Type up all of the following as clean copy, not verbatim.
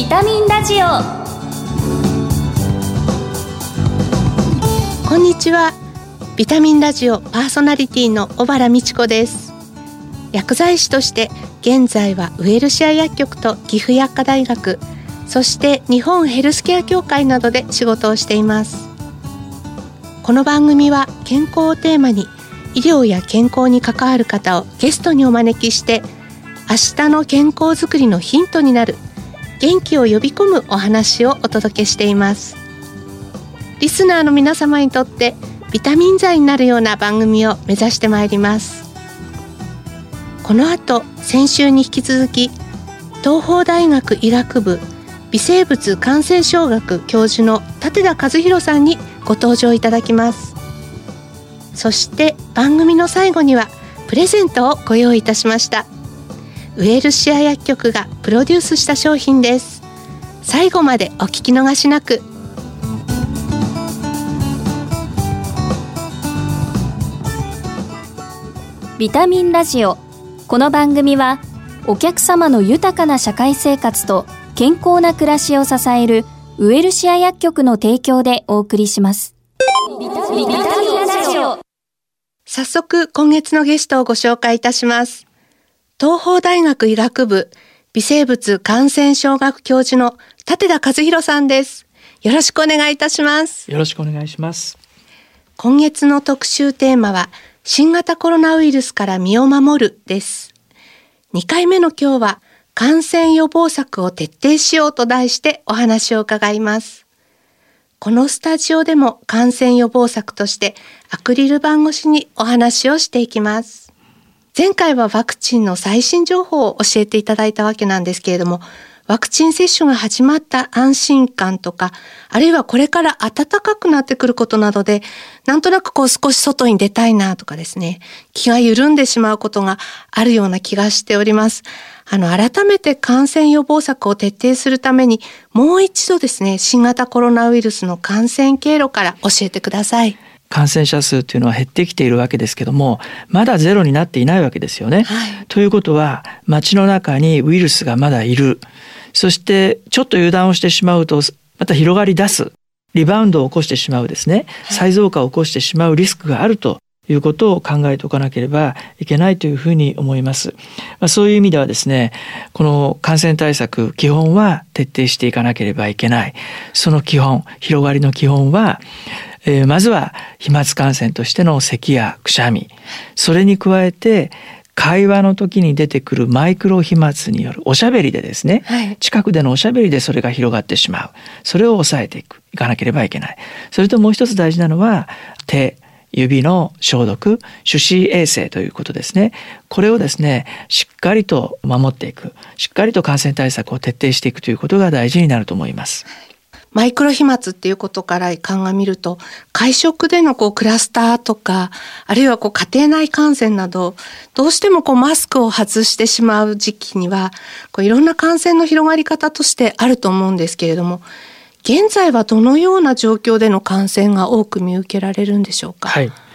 ビタミンラジオ。 こんにちは。ビタミンラジオパーソナリティの小原美智子です。薬剤師として現在はウエルシア薬局と岐阜薬科大学、そして日本ヘルスケア協会などで仕事をしています。この番組は健康をテーマに医療や健康に関わる方をゲストにお招きして、明日の健康づくりのヒントになる元気を呼び込むお話をお届けしています。リスナーの皆様にとってビタミン剤になるような番組を目指してまいります。この後、先週に引き続き東邦大学医学部微生物感染症学教授の舘田和弘さんにご登場いただきます。そして番組の最後にはプレゼントをご用意いたしました。ウエルシア薬局がプロデュースした商品です。最後までお聞き逃しなく。 ビタミンラジオ。この番組はお客様の豊かな社会生活と健康な暮らしを支えるウエルシア薬局の提供でお送りします。ビタミンラジオ。 早速今月のゲストをご紹介いたします。東邦大学医学部微生物感染症学教授の舘田和弘さんです。よろしくお願いいたします。 よろしくお願いします。 今月の特集テーマは新型コロナウイルスから身を守るです。2回目の今日は感染予防策を徹底しようと題してお話を伺います。このスタジオでも感染予防策としてアクリル板越しにお話をしていきます。前回はワクチンの最新情報を教えていただいたわけなんですけれども、ワクチン接種が始まった安心感とか、あるいはこれから暖かくなってくることなどで、なんとなく少し外に出たいなとかですね、気が緩んでしまうことがあるような気がしております。改めて感染予防策を徹底するために、もう一度ですね、新型コロナウイルスの感染経路から教えてください。 感染者数というのは減ってきているわけですけども、まだゼロになっていないわけですよね。ということは、街の中にウイルスがまだいる。そしてちょっと油断をしてしまうとまた広がり出す、リバウンドを起こしてしまうですね、再増加を起こしてしまうリスクがあるということを考えておかなければいけないというふうに思います。そういう意味ではですね、この感染対策基本は徹底していかなければいけない。その基本、広がりの基本は、まずは飛沫感染としての咳やくしゃみ、それに加えて会話の時に出てくるマイクロ飛沫によるおしゃべりでですね、近くでのおしゃべりでそれが広がってしまう。それを抑えていかなければいけない。それともう一つ大事なのは手、指の消毒、手指衛生ということですね。これをですね、しっかりと守っていく、しっかりと感染対策を徹底していくということが大事になると思います。 マイクロ飛沫っていうことから鑑みると、会食でのクラスターとか、あるいは家庭内感染など、どうしてもマスクを外してしまう時期には、いろんな感染の広がり方としてあると思うんですけれども、現在はどのような状況での感染が多く見受けられるんでしょうか。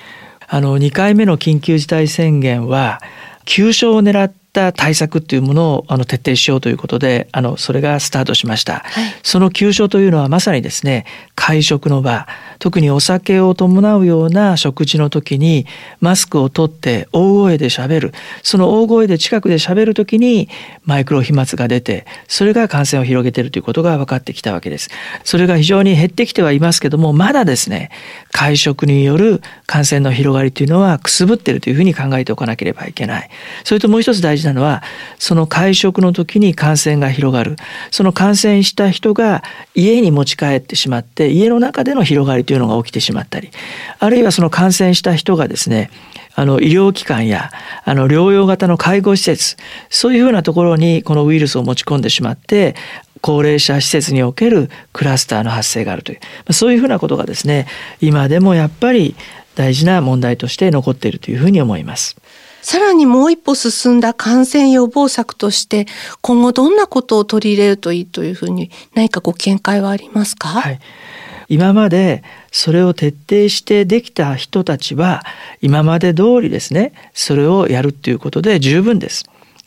2回目の緊急事態宣言は、急所を狙った対策というものを徹底しようということでそれがスタートしました。その急所というのはまさにですね、会食の場、特にお酒を伴うような食事の時にマスクを取って大声で喋る、その大声で近くで喋る時にマイクロ飛沫が出て、それが感染を広げているということが分かってきたわけです。それが非常に減ってきてはいますけども、まだですね、会食による感染の広がりというのはくすぶっているというふうに考えておかなければいけない。それともう一つ大事なのは、その会食の時に感染が広がる、その感染した人が家に持ち帰ってしまって家の中での広がりというのが起きてしまったり、あるいはその感染した人がですね、医療機関や療養型の介護施設、そういうふうなところにこのウイルスを持ち込んでしまって高齢者施設におけるクラスターの発生があるという、そういうふうなことがですね、今でもやっぱり大事な問題として残っているというふうに思います。 さらにもう一歩進んだ感染予防策として今後どんなことを取り入れるといいというふうに何かご見解はありますか？ 今までそれを徹底してできた人たちは今まで通りですね、それをやるということで十分です。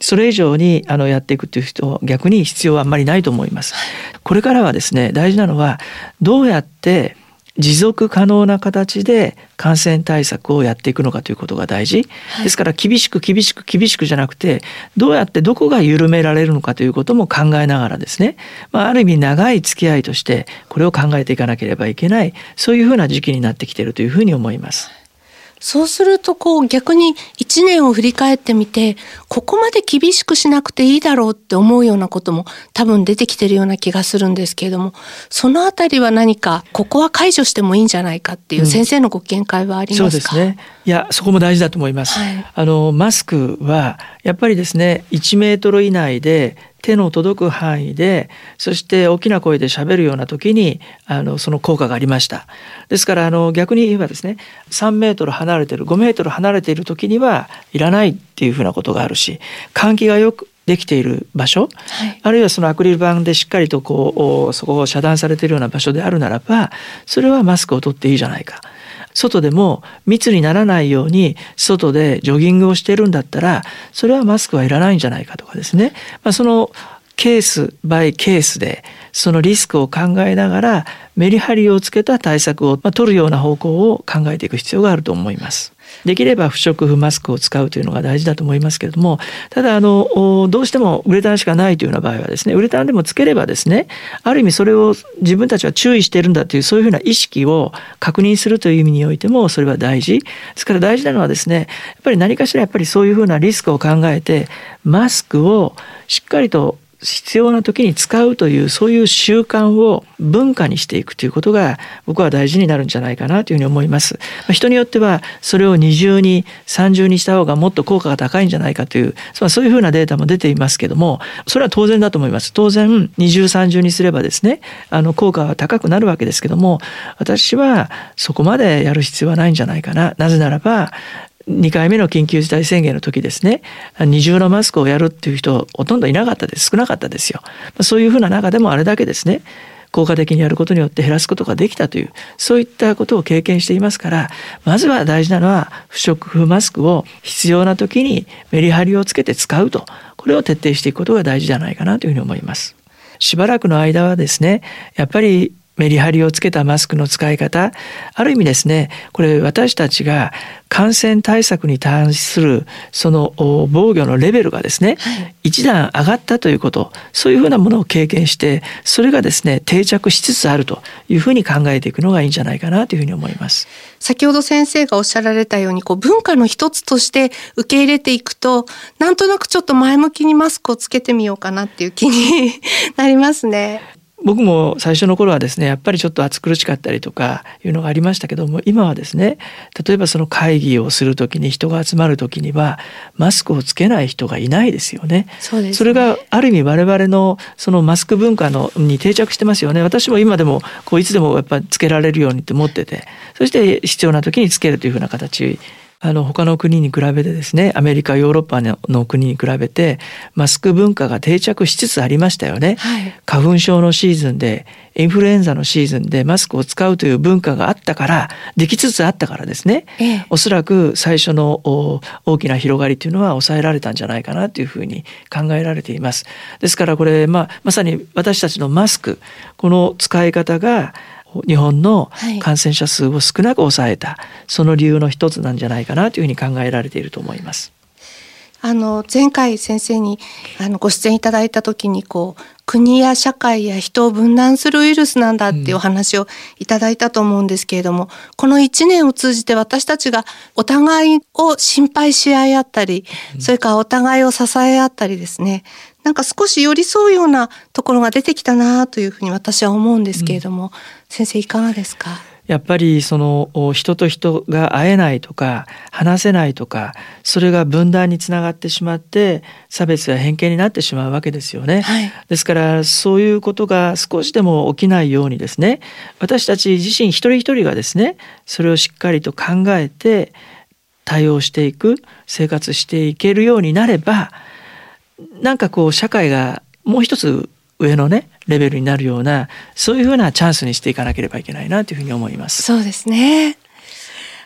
それ以上にやっていくという人逆に必要はあんまりないと思います。これからはですね、大事なのはどうやって持続可能な形で感染対策をやっていくのかということが大事、ですから厳しくじゃなくて、どうやってどこが緩められるのかということも考えながらですね、ある意味長い付き合いとしてこれを考えていかなければいけない、そういうふうな時期になってきているというふうに思います。 そうすると逆に1年を振り返ってみて、ここまで厳しくしなくていいだろうって思うようなことも多分出てきてるような気がするんですけれども、そのあたりは何かここは解除してもいいんじゃないかっていう先生のご見解はありますか？ そうですね。いや、そこも大事だと思います。マスクはやっぱりですね、1メートル以内で手の届く範囲で、そして大きな声で喋るような時にその効果がありました。ですから逆に言えばですね、3メートル離れてる5メートル離れている時にはいらないっていうふうなことがあるし、換気がよくできている場所、あるいはそのアクリル板でしっかりとそこを遮断されているような場所であるならば、それはマスクを取っていいじゃないか。外でも密にならないように外でジョギングをしているんだったら、それはマスクはいらないんじゃないかとかですね、そのケースバイケースでそのリスクを考えながらメリハリをつけた対策を取るような方向を考えていく必要があると思います。できれば不織布マスクを使うというのが大事だと思いますけれども、ただどうしてもウレタンしかないというような場合はですね、ウレタンでもつければですね、ある意味それを自分たちは注意しているんだという、そういうふうな意識を確認するという意味においてもそれは大事ですから、大事なのはですね、やっぱり何かしらそういうふうなリスクを考えてマスクをしっかりと必要な時に使うという、そういう習慣を文化にしていくということが僕は大事になるんじゃないかなというふうに思います。人によってはそれを二重に三重にした方がもっと効果が高いんじゃないかという、そういうふうなデータも出ていますけども、それは当然だと思います。当然二重三重にすればですね、効果は高くなるわけですけども、私はそこまでやる必要はないんじゃないかな。なぜならば2回目の緊急事態宣言の時ですね、二重のマスクをやるっていう人ほとんどいなかったです。少なかったですよ。そういうふうな中でもあれだけですね、効果的にやることによって減らすことができたという、そういったことを経験していますから、まずは大事なのは不織布マスクを必要な時にメリハリをつけて使うと、これを徹底していくことが大事じゃないかなというふうに思います。しばらくの間はですね、やっぱりメリハリをつけたマスクの使い方、ある意味ですね、これ私たちが感染対策に対するその防御のレベルがですね、一段上がったということ、そういうふうなものを経験して、それがですね定着しつつあるというふうに考えていくのがいいんじゃないかなというふうに思います。 先ほど先生がおっしゃられたように文化の一つとして受け入れていくと、なんとなくちょっと前向きにマスクをつけてみようかなっていう気になりますね。 僕も最初の頃はですね、やっぱりちょっと暑苦しかったりとかいうのがありましたけども、今はですね、例えばその会議をするときに、人が集まるときにはマスクをつけない人がいないですよね。 そうですね。 それがある意味我々のそのマスク文化に定着してますよね。私も今でもいつでもやっぱりつけられるようにって思ってて、そして必要な時につけるというふうな形、他の国に比べてですね、アメリカヨーロッパの国に比べてマスク文化が定着しつつありましたよね。花粉症のシーズンで、インフルエンザのシーズンでマスクを使うという文化があったから、できつつあったからですね、おそらく最初の大きな広がりというのは抑えられたんじゃないかなというふうに考えられています。ですからこれ、まさに私たちのマスク、この使い方が日本の感染者数を少なく抑えた、その理由の一つなんじゃないかなというふうに考えられていると思います。 前回先生にご出演いただいた時に国や社会や人を分断するウイルスなんだっていうお話をいただいたと思うんですけれども、この1年を通じて私たちがお互いを心配し合い合ったり、それからお互いを支え合ったりですね、なんか少し寄り添うようなところが出てきたなというふうに私は思うんですけれども、先生いかがですか？ やっぱりその人と人が会えないとか話せないとか、それが分断につながってしまって差別や偏見になってしまうわけですよね。ですからそういうことが少しでも起きないようにですね、私たち自身一人一人がですね、それをしっかりと考えて対応していく、生活していけるようになれば、なんか社会がもう一つ上のねレベルになるような、そういうふうなチャンスにしていかなければいけないなというふうに思います。 そうですね。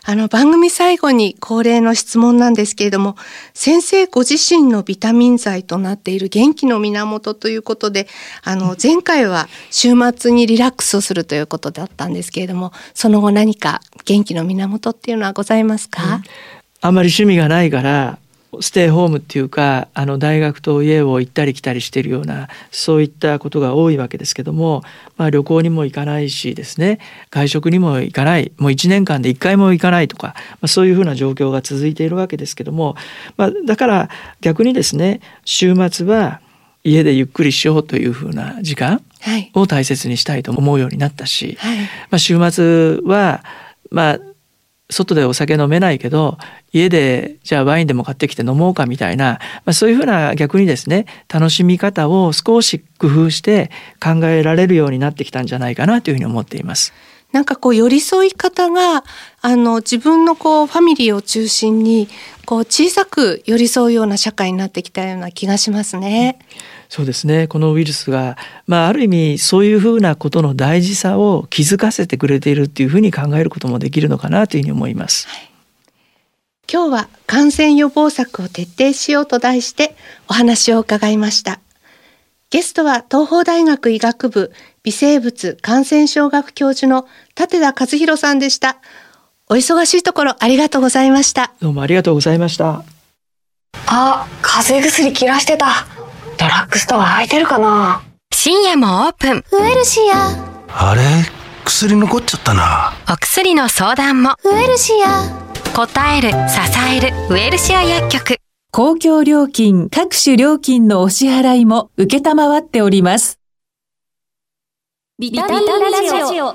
番組最後に恒例の質問なんですけれども、先生ご自身のビタミン剤となっている元気の源ということで、前回は週末にリラックスをするということだったんですけれども、その後何か元気の源っていうのはございますか？ あんまり趣味がないからステイホームっていうか、大学と家を行ったり来たりしているような、そういったことが多いわけですけども、旅行にも行かないしですね、外食にも行かない、もう1年間で1回も行かないとか、そういうふうな状況が続いているわけですけども、だから逆にですね、週末は家でゆっくりしようというふうな時間を大切にしたいと思うようになったし、週末は外でお酒飲めないけど、家でじゃあワインでも買ってきて飲もうかみたいな、そういうふうな逆にですね、楽しみ方を少し工夫して考えられるようになってきたんじゃないかなというふうに思っています。 なんか寄り添い方が自分のファミリーを中心に小さく寄り添うような社会になってきたような気がしますね。 そうですね。このウイルスが、ある意味そういうふうなことの大事さを気づかせてくれているっていうふうに考えることもできるのかなというふうに思います。 今日は感染予防策を徹底しようと題してお話を伺いました。ゲストは東邦大学医学部微生物感染症学教授の舘田和弘さんでした。お忙しいところありがとうございました。 どうもありがとうございました。 風邪薬切らしてた。ドラッグストア空いてるかな。 深夜もオープン。 ウエルシア。 あれ、薬残っちゃったな。 お薬の相談も。 ウエルシア。 答える、支える、ウエルシア薬局。 公共料金、各種料金のお支払いも承っております。 ビタミンラジオ。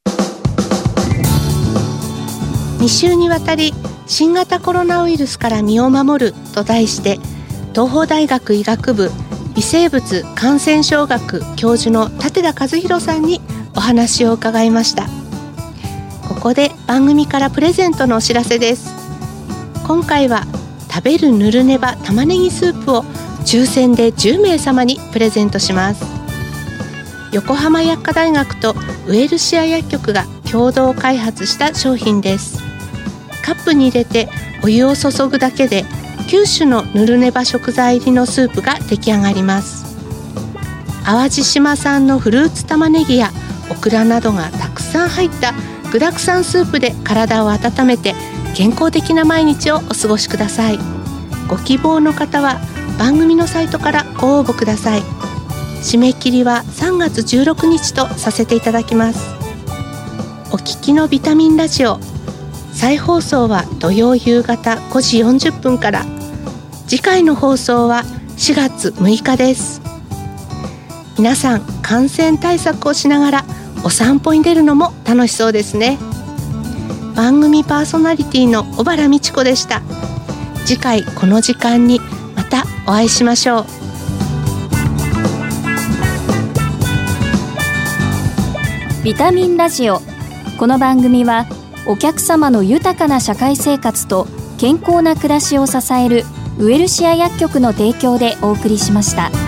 2週にわたり新型コロナウイルスから身を守ると題して、東邦大学医学部微生物感染症学教授の舘田和弘さんにお話を伺いました。ここで番組からプレゼントのお知らせです。今回は食べるぬるねば玉ねぎスープを抽選で10名様にプレゼントします。横浜薬科大学とウエルシア薬局が共同開発した商品です。カップに入れてお湯を注ぐだけで9種のぬるねば食材入りのスープが出来上がります。淡路島産のフルーツ玉ねぎやオクラなどがたくさん入った具沢山スープで体を温めて健康的な毎日をお過ごしください。ご希望の方は番組のサイトからご応募ください。締め切りは3月16日とさせていただきます。お聞きのビタミンラジオ、再放送は土曜夕方5時40分から。次回の放送は4月6日です。皆さん、感染対策をしながらお散歩に出るのも楽しそうですね。番組パーソナリティの小原美智子でした。次回この時間にまたお会いしましょう。 ビタミンラジオ。この番組はお客様の豊かな社会生活と健康な暮らしを支えるウエルシア薬局の提供でお送りしました。